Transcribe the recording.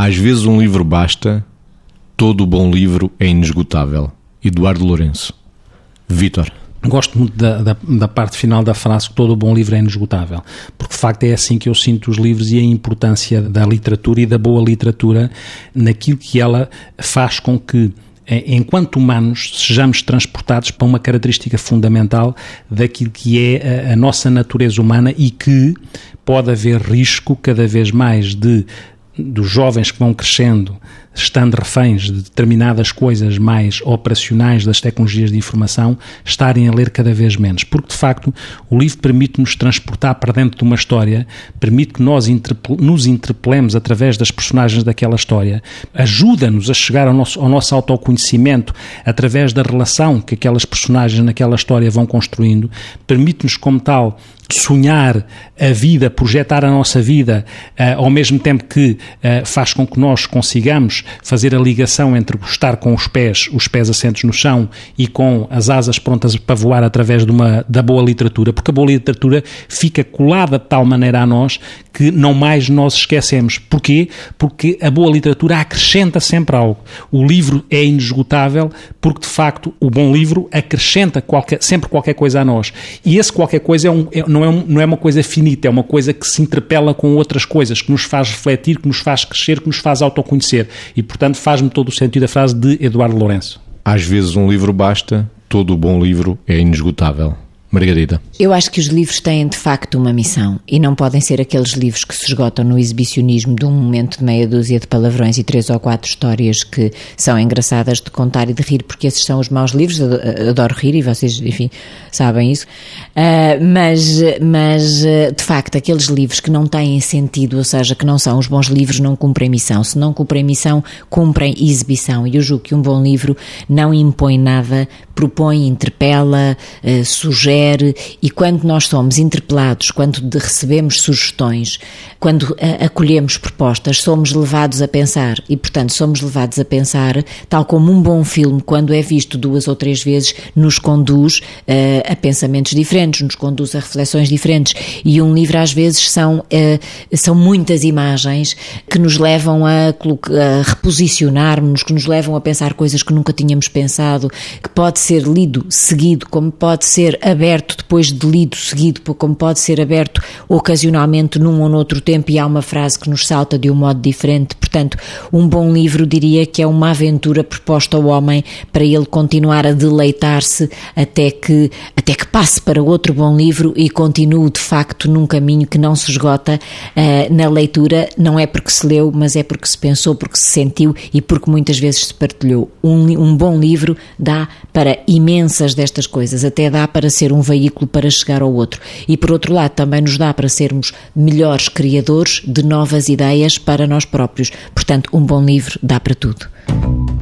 Às vezes um livro basta, todo o bom livro é inesgotável. Eduardo Lourenço. Vítor. Gosto muito da parte final da frase que todo o bom livro é inesgotável, porque de facto é assim que eu sinto os livros e a importância da literatura e da boa literatura naquilo que ela faz com que, enquanto humanos, sejamos transportados para uma característica fundamental daquilo que é a nossa natureza humana e que pode haver risco cada vez mais dos jovens que vão crescendo, estando reféns de determinadas coisas mais operacionais das tecnologias de informação, estarem a ler cada vez menos. Porque, de facto, o livro permite-nos transportar para dentro de uma história, permite que nós nos interpelemos através das personagens daquela história, ajuda-nos a chegar ao nosso autoconhecimento através da relação que aquelas personagens naquela história vão construindo, permite-nos, como tal, sonhar a vida, projetar a nossa vida, ao mesmo tempo que faz com que nós consigamos fazer a ligação entre estar com os pés assentos no chão e com as asas prontas para voar através da boa literatura, porque a boa literatura fica colada de tal maneira a nós que não mais nós esquecemos. Porquê? Porque a boa literatura acrescenta sempre algo. O livro é inesgotável porque, de facto, o bom livro acrescenta sempre qualquer coisa a nós. E esse qualquer coisa não é uma coisa finita, é uma coisa que se interpela com outras coisas, que nos faz refletir, que nos faz crescer, que nos faz autoconhecer. E, portanto, faz-me todo o sentido a frase de Eduardo Lourenço. Às vezes um livro basta, todo o bom livro é inesgotável. Margarida. Eu acho que os livros têm de facto uma missão e não podem ser aqueles livros que se esgotam no exibicionismo de um momento de meia dúzia de palavrões e 3 ou 4 histórias que são engraçadas de contar e de rir, porque esses são os maus livros. Adoro rir e vocês, enfim, sabem isso. Mas de facto aqueles livros que não têm sentido, ou seja, que não são os bons livros, não cumprem missão. Se não cumprem missão, cumprem exibição. E eu julgo que um bom livro não impõe nada, propõe, interpela, sugere. E quando nós somos interpelados, quando recebemos sugestões, quando acolhemos propostas, somos levados a pensar. E, portanto, somos levados a pensar, tal como um bom filme, quando é visto 2 ou 3 vezes, nos conduz a pensamentos diferentes, nos conduz a reflexões diferentes. E um livro, às vezes, são muitas imagens que nos levam a reposicionar-nos, que nos levam a pensar coisas que nunca tínhamos pensado, que pode ser lido seguido, como pode ser aberto depois de lido seguido, como pode ser aberto ocasionalmente num ou noutro tempo e há uma frase que nos salta de um modo diferente. Portanto, um bom livro, diria que é uma aventura proposta ao homem para ele continuar a deleitar-se até que passe para outro bom livro e continue de facto num caminho que não se esgota na leitura. Não é porque se leu, mas é porque se pensou, porque se sentiu e porque muitas vezes se partilhou. Um bom livro dá para imensas destas coisas, até dá para ser um veículo para chegar ao outro. E por outro lado também nos dá para sermos melhores criadores de novas ideias para nós próprios. Portanto, um bom livro dá para tudo.